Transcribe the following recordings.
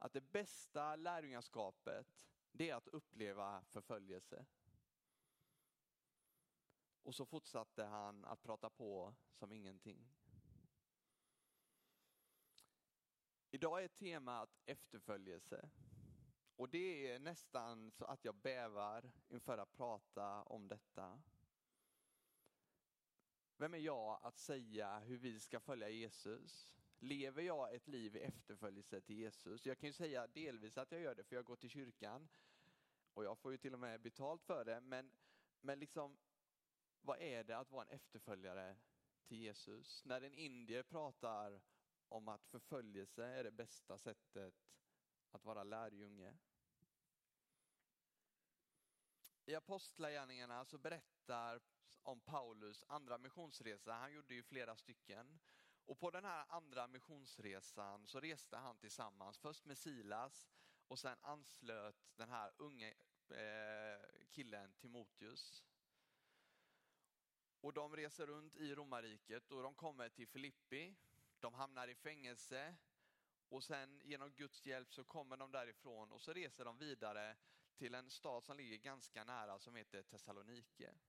att det bästa lärjungaskapet, det är att uppleva förföljelse. Och så fortsatte han att prata på som ingenting. Idag är temat efterföljelse. Och det är nästan så att jag bävar inför att prata om detta. Vem är jag att säga hur vi ska följa Jesus? Lever jag ett liv i efterföljelse till Jesus? Jag kan ju säga delvis att jag gör det, för jag går till kyrkan. Och jag får ju till och med betalt för det. Men liksom, vad är det att vara en efterföljare till Jesus? När en indier pratar om att förföljelse är det bästa sättet att vara lärjunge. I Apostlagärningarna så berättar om Paulus andra missionsresa. Han gjorde ju flera stycken. Och på den här andra missionsresan så reste han tillsammans. Först med Silas och sen anslöt den här unga killen Timoteus. Och de reser runt i Romarriket och de kommer till Filippi. De hamnar i fängelse. Och sen genom Guds hjälp så kommer de därifrån och så reser de vidare till en stad som ligger ganska nära som heter Thessalonike.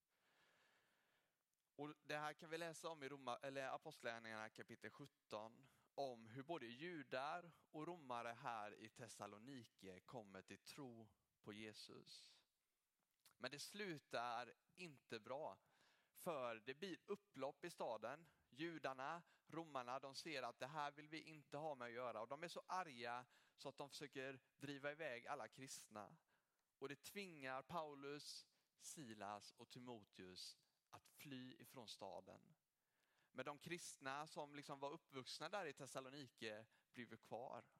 Och det här kan vi läsa om i Apostlagärningarna kapitel 17 om hur både judar och romare här i Thessalonike kommer till tro på Jesus. Men det slutar inte bra, för det blir upplopp i staden. Judarna, romarna, de ser att det här vill vi inte ha med att göra. Och de är så arga så att de försöker driva iväg alla kristna. Och det tvingar Paulus, Silas och Timoteus att fly ifrån staden. Men de kristna som liksom var uppvuxna där i Thessalonike blev kvar.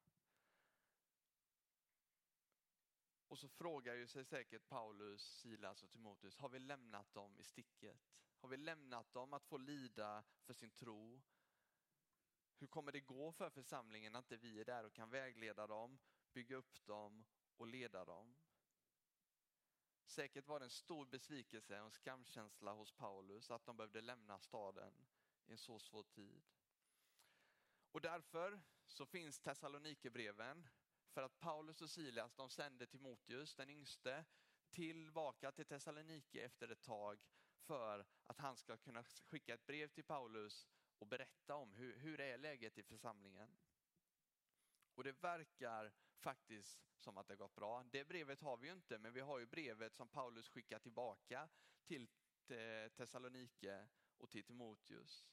Och så frågar ju sig säkert Paulus, Silas och Timoteus, har vi lämnat dem i sticket? Har vi lämnat dem att få lida för sin tro? Hur kommer det gå för församlingen när inte vi är där och kan vägleda dem, bygga upp dem och leda dem? Säkert var det en stor besvikelse och en skamkänsla hos Paulus att de behövde lämna staden i en så svår tid. Och därför så finns Thessalonikerbreven, för att Paulus och Silas, de sände Timoteus, den yngste, tillbaka till Thessalonike efter ett tag för att han ska kunna skicka ett brev till Paulus och berätta om hur är läget i församlingen. Och det verkar faktiskt som att det gått bra. Det brevet har vi ju inte, men vi har ju brevet som Paulus skickar tillbaka till Thessalonike och till Timoteus.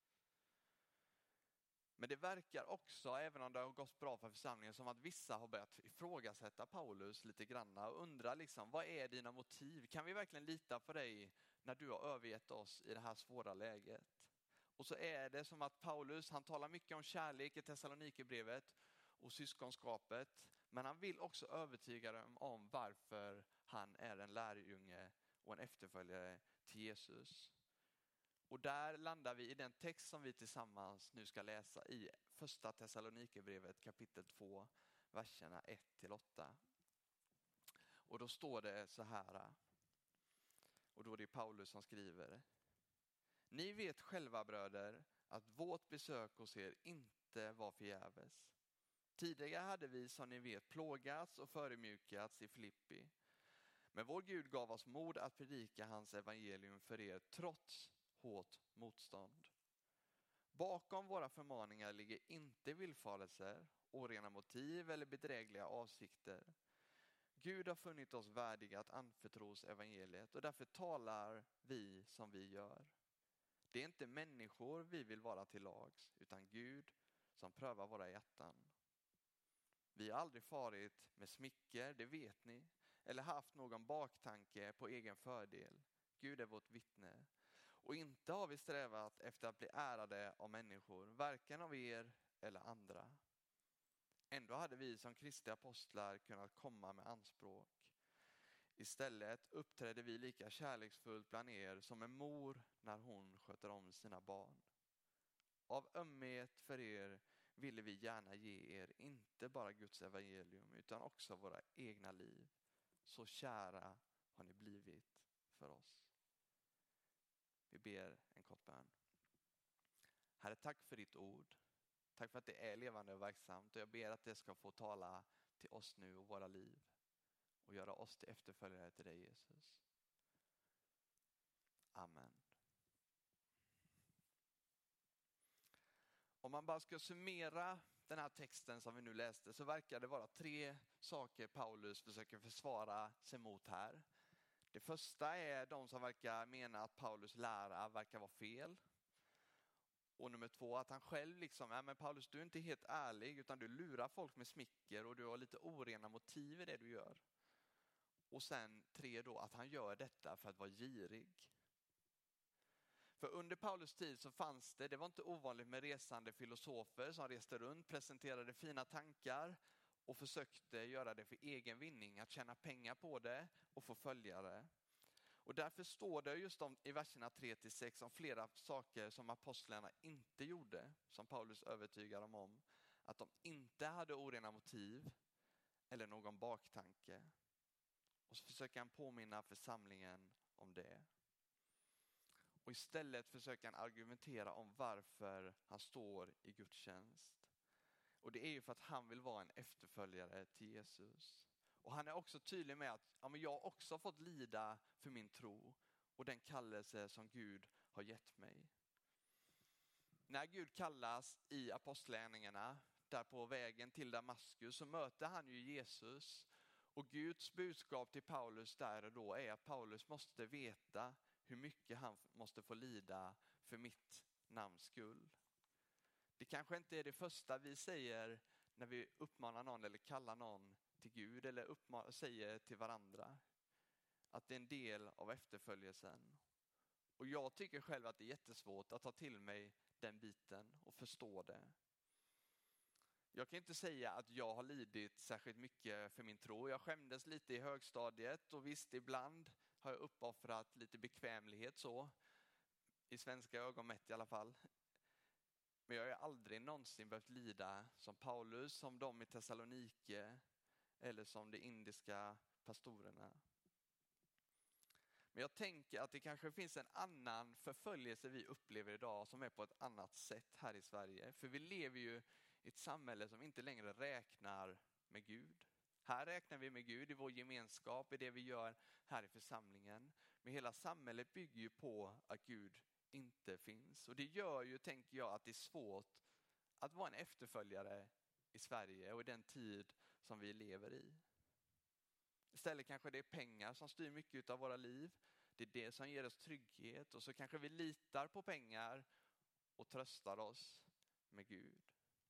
Men det verkar också, även om det har gått bra för församlingen, som att vissa har börjat ifrågasätta Paulus lite grann och undrar liksom, vad är dina motiv? Kan vi verkligen lita på dig när du har övergett oss i det här svåra läget? Och så är det som att Paulus, han talar mycket om kärlek i Thessalonikerbrevet och syskonskapet, men han vill också övertyga dem om varför han är en lärjunge och en efterföljare till Jesus. Och där landar vi i den text som vi tillsammans nu ska läsa i första Thessalonikerbrevet kapitel 2, verserna 1-8. Och då står det så här, och då är det Paulus som skriver: Ni vet själva, bröder, att vårt besök hos er inte var förgäves. Tidigare hade vi, som ni vet, plågats och förödmjukats i Filippi. Men vår Gud gav oss mod att predika hans evangelium för er trots hårt motstånd. Bakom våra förmaningar ligger inte villfarelser, orena motiv eller bedrägliga avsikter. Gud har funnit oss värdiga att anförtros evangeliet och därför talar vi som vi gör. Det är inte människor vi vill vara till lags, utan Gud som prövar våra hjärtan. Vi har aldrig farit med smicker, det vet ni, eller haft någon baktanke på egen fördel. Gud är vårt vittne. Och inte har vi strävat efter att bli ärade av människor, varken av er eller andra. Ändå hade vi som Kristi apostlar kunnat komma med anspråk. Istället uppträdde vi lika kärleksfullt bland er som en mor när hon sköter om sina barn. Av ömhet för er ville vi gärna ge er inte bara Guds evangelium utan också våra egna liv. Så kära har ni blivit för oss. Vi ber en kort bön. Herre, tack för ditt ord. Tack för att det är levande och verksamt, och jag ber att det ska få tala till oss nu och våra liv och göra oss till efterföljare till dig, Jesus. Amen. Om man bara ska summera den här texten som vi nu läste, så verkar det vara 3 saker Paulus försöker försvara sig mot här. Det första är de som verkar mena att Paulus lära verkar vara fel. Och nummer 2, att han själv men Paulus, du är inte helt ärlig, utan du lurar folk med smicker och du har lite orena motiv i det du gör. Och sen 3 då, att han gör detta för att vara girig. För under Paulus tid så fanns det var inte ovanligt med resande filosofer som reste runt, presenterade fina tankar och försökte göra det för egen vinning, att tjäna pengar på det och få följare. Och därför står det just i verserna 3-6 om flera saker som apostlarna inte gjorde, som Paulus övertygar dem om. Att de inte hade orena motiv eller någon baktanke. Och så försöker han påminna församlingen om det. Och istället försöker han argumentera om varför han står i Guds tjänst. Och det är ju för att han vill vara en efterföljare till Jesus. Och han är också tydlig med att jag också fått lida för min tro och den kallelse som Gud har gett mig. När Gud kallas i apostlagärningarna, där på vägen till Damaskus, så möter han ju Jesus. Och Guds budskap till Paulus där och då är att Paulus måste veta hur mycket han måste få lida för mitt namns skull. Det kanske inte är det första vi säger när vi uppmanar någon eller kallar någon till Gud eller säger till varandra. Att det är en del av efterföljelsen. Och jag tycker själv att det är jättesvårt att ta till mig den biten och förstå det. Jag kan inte säga att jag har lidit särskilt mycket för min tro. Jag skämdes lite i högstadiet och visst, ibland har jag uppoffrat lite bekvämlighet så. I svenska ögon mätt i alla fall. Men jag har aldrig någonsin behövt lida som Paulus, som de i Thessalonike eller som de indiska pastorerna. Men jag tänker att det kanske finns en annan förföljelse vi upplever idag som är på ett annat sätt här i Sverige. För vi lever ju i ett samhälle som inte längre räknar med Gud. Här räknar vi med Gud i vår gemenskap, i det vi gör här i församlingen. Men hela samhället bygger ju på att Gud inte finns. Och det gör ju, tänker jag, att det är svårt att vara en efterföljare i Sverige och i den tid som vi lever i. Istället kanske det är pengar som styr mycket av våra liv. Det är det som ger oss trygghet, och så kanske vi litar på pengar och tröstar oss med Gud.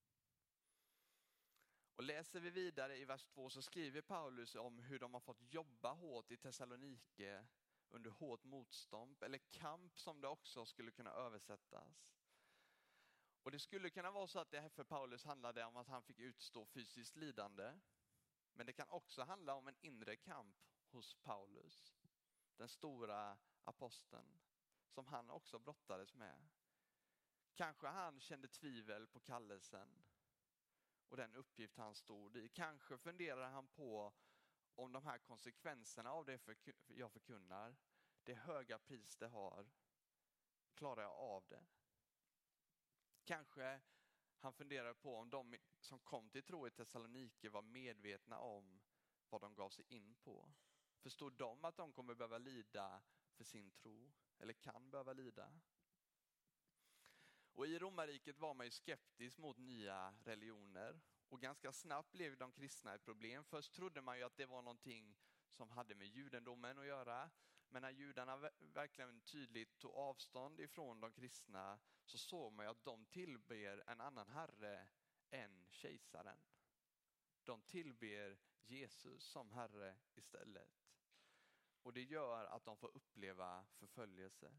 Och läser vi vidare i vers 2 så skriver Paulus om hur de har fått jobba hårt i Thessalonike under hårt motstånd, eller kamp som det också skulle kunna översättas. Och det skulle kunna vara så att det här för Paulus handlade om att han fick utstå fysiskt lidande. Men det kan också handla om en inre kamp hos Paulus, den stora aposteln, som han också brottades med. Kanske han kände tvivel på kallelsen och den uppgift han stod i. Kanske funderar han på om de här konsekvenserna av det jag förkunnar, det höga pris det har, klarar jag av det? Kanske han funderar på om de som kom till tro i Thessalonike var medvetna om vad de gav sig in på. Förstod de att de kommer behöva lida för sin tro, eller kan behöva lida? Och i romarriket var man ju skeptisk mot nya religioner. Och ganska snabbt blev de kristna ett problem. Först trodde man ju att det var någonting som hade med judendomen att göra. Men när judarna verkligen tydligt tog avstånd ifrån de kristna, så såg man ju att de tillber en annan herre än kejsaren. De tillber Jesus som herre istället. Och det gör att de får uppleva förföljelse.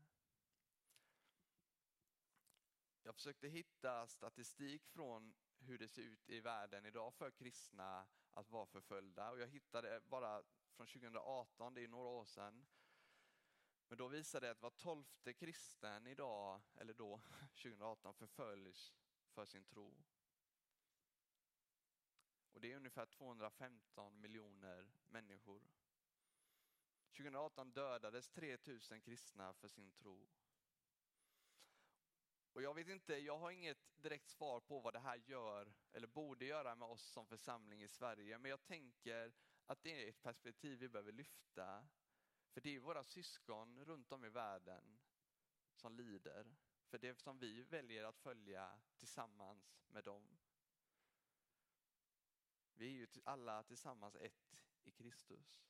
Jag försökte hitta statistik från hur det ser ut i världen idag för kristna att vara förföljda. Och jag hittade bara från 2018, det är några år sedan. Men då visade det att var 12:e kristen idag, eller då 2018, förföljs för sin tro. Och det är ungefär 215 miljoner människor. 2018 dödades 3000 kristna för sin tro. Och jag vet inte, jag har inget direkt svar på vad det här gör eller borde göra med oss som församling i Sverige. Men jag tänker att det är ett perspektiv vi behöver lyfta. För det är våra syskon runt om i världen som lider. För det som vi väljer att följa tillsammans med dem. Vi är ju alla tillsammans ett i Kristus.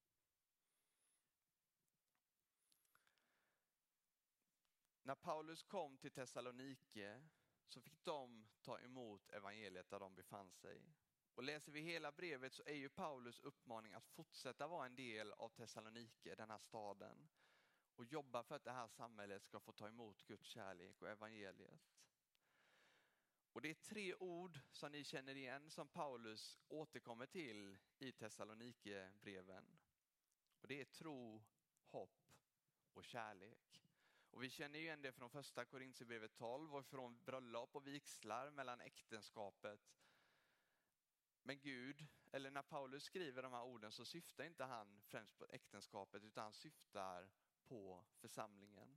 När Paulus kom till Thessalonike så fick de ta emot evangeliet där de befann sig. Och läser vi hela brevet så är ju Paulus uppmaning att fortsätta vara en del av Thessalonike, den här staden. Och jobba för att det här samhället ska få ta emot Guds kärlek och evangeliet. Och det är 3 ord som ni känner igen som Paulus återkommer till i Thessalonike-breven. Och det är tro, hopp och kärlek. Och vi känner ju igen det från första Korinthierbrevet 12 och från bröllop och vigslar mellan äktenskapet. Men Gud, eller när Paulus skriver de här orden så syftar inte han främst på äktenskapet utan han syftar på församlingen.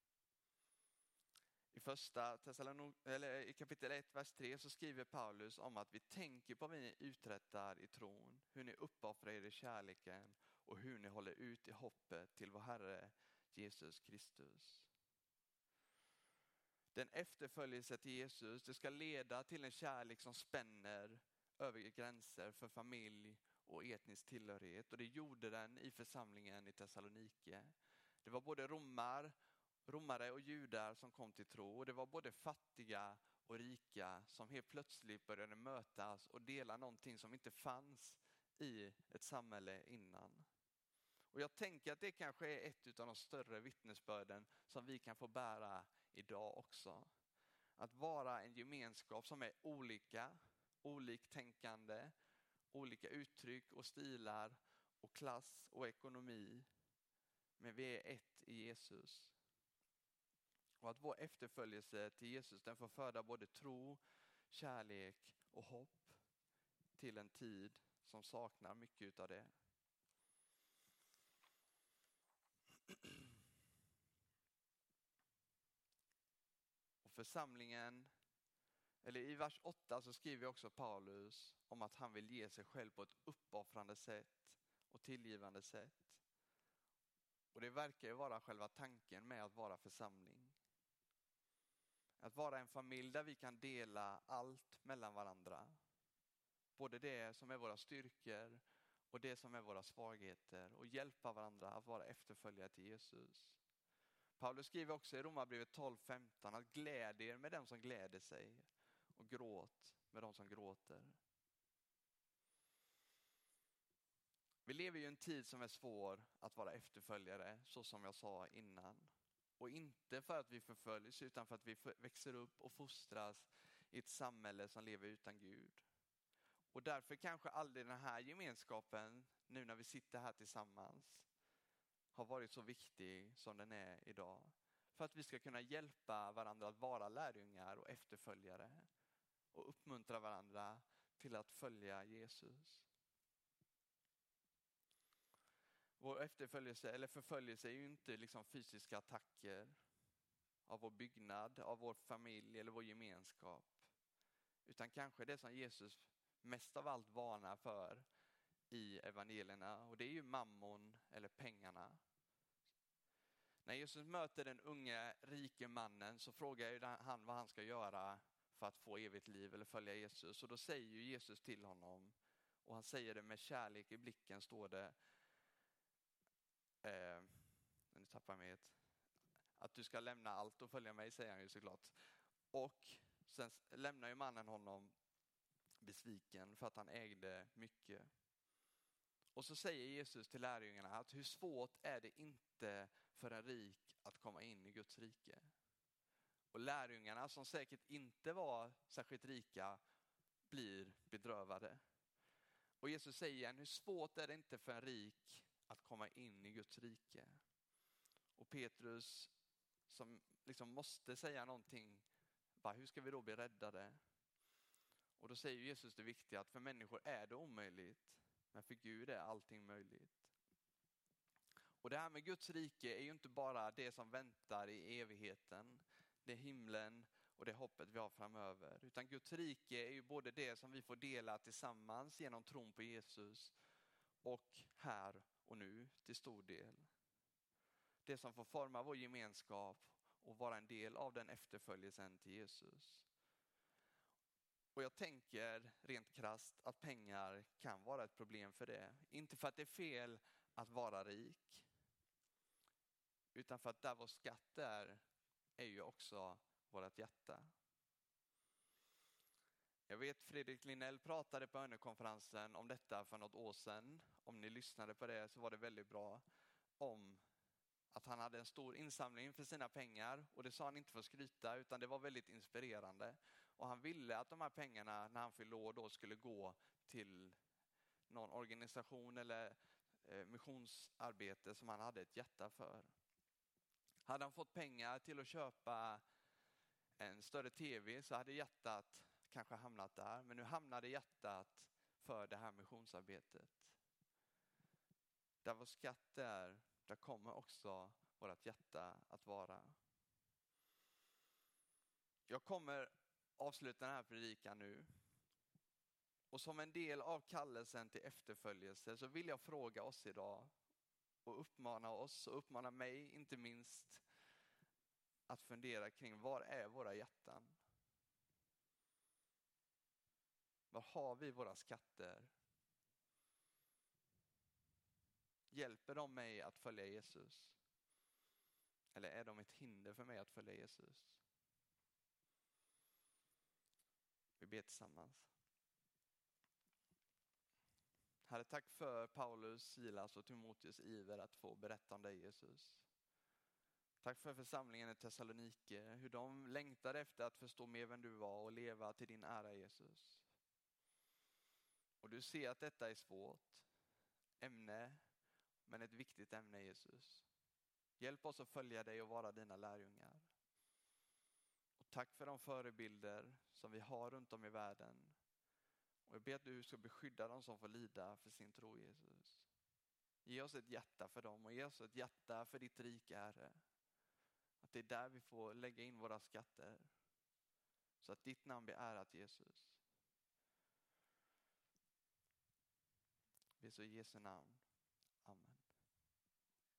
I kapitel 1, vers 3 så skriver Paulus om att vi tänker på vad ni uträttar i tron, hur ni uppoffrar er i kärleken och hur ni håller ut i hoppet till vår Herre Jesus Kristus. Den efterföljelse till Jesus, det ska leda till en kärlek som spänner över gränser för familj och etnisk tillhörighet. Och det gjorde den i församlingen i Thessalonike. Det var både romare och judar som kom till tro. Och det var både fattiga och rika som helt plötsligt började mötas och dela någonting som inte fanns i ett samhälle innan. Och jag tänker att det kanske är ett av de större vittnesbörden som vi kan få bära idag också. Att vara en gemenskap som är oliktänkande, olika uttryck och stilar och klass och ekonomi. Men vi är ett i Jesus. Och att vår efterföljelse till Jesus den får föda både tro, kärlek och hopp till en tid som saknar mycket av det. Och församlingen, eller i vers 8 så skriver också Paulus om att han vill ge sig själv på ett uppoffrande sätt och tillgivande sätt. Och det verkar ju vara själva tanken med att vara församling. Att vara en familj där vi kan dela allt mellan varandra. Både det som är våra styrkor och det som är våra svagheter. Och hjälpa varandra att vara efterföljare till Jesus. Paulus skriver också i Romarbrevet 12:15 att gläd er med dem som gläder sig. Och gråt med dem som gråter. Vi lever ju i en tid som är svår att vara efterföljare, så som jag sa innan. Och inte för att vi förföljs utan för att vi växer upp och fostras i ett samhälle som lever utan Gud. Och därför kanske aldrig den här gemenskapen, nu när vi sitter här tillsammans, har varit så viktig som den är idag. För att vi ska kunna hjälpa varandra att vara lärjungar och efterföljare. Och uppmuntra varandra till att följa Jesus. Vår efterföljelse eller förföljelse är ju inte liksom fysiska attacker av vår byggnad, av vår familj eller vår gemenskap. Utan kanske det som Jesus mest av allt varnar för i evangelierna. Och det är ju mammon eller pengarna. När Jesus möter den unga rike mannen så frågar han vad han ska göra för att få evigt liv eller följa Jesus. Och då säger ju Jesus till honom, och han säger det med kärlek i blicken, står det. Nu tappar jag mig att du ska lämna allt och följa mig, säger han ju såklart. Och sen lämnar ju mannen honom besviken för att han ägde mycket. Och så säger Jesus till lärjungarna att hur svårt är det inte för en rik att komma in i Guds rike. Och lärjungarna som säkert inte var särskilt rika blir bedrövade. Och Jesus säger igen, hur svårt är det inte för en rik att komma in i Guds rike. Och Petrus som liksom måste säga någonting, bara, hur ska vi då bli räddade? Och då säger Jesus det viktiga, att för människor är det omöjligt, men för Gud är allting möjligt. Och det här med Guds rike är ju inte bara det som väntar i evigheten. det är himlen och det hoppet vi har framöver. Utan Guds rike är ju både det som vi får dela tillsammans genom tron på Jesus och här och nu till stor del. Det som får forma vår gemenskap och vara en del av den efterföljelsen till Jesus. Och jag tänker rent krasst att pengar kan vara ett problem för det. Inte för att det är fel att vara rik, utan för att där vår skatt är ju också vårt hjärta. Jag vet Fredrik Linell pratade på Önnekonferensen om detta för något år sedan. Om ni lyssnade på det så var det väldigt bra. Om att han hade en stor insamling för sina pengar. Och det sa han inte för att skryta, utan det var väldigt inspirerande. Och han ville att de här pengarna när han fyllde år då skulle gå till någon organisation eller missionsarbete som han hade ett hjärta för. Hade han fått pengar till att köpa en större tv så hade hjärtat kanske hamnat där. Men nu hamnade hjärtat för det här missionsarbetet. Där vår skatt är, där kommer också vårt hjärta att vara. Jag kommer avsluta den här predikan nu. Och som en del av kallelsen till efterföljelse så vill jag fråga oss idag och uppmana mig inte minst att fundera kring var är våra hjärtan? Var har vi våra skatter? Hjälper de mig att följa Jesus? Eller är de ett hinder för mig att följa Jesus? Vi ber tillsammans. Herre, tack för Paulus, Silas och Timoteus iver att få berätta om dig, Jesus. Tack för församlingen i Thessalonike, hur de längtade efter att förstå mer vem du var och leva till din ära, Jesus. Och du ser att detta är svårt ämne, men ett viktigt ämne, Jesus. Hjälp oss att följa dig och vara dina lärjungar. Och tack för de förebilder som vi har runt om i världen. Och jag ber att du ska beskydda dem som får lida för sin tro, Jesus. Ge oss ett hjärta för dem och ge oss ett hjärta för ditt rike, Herre. Att det är där vi får lägga in våra skatter. Så att ditt namn blir ärat, Jesus. Vi så i Jesu namn.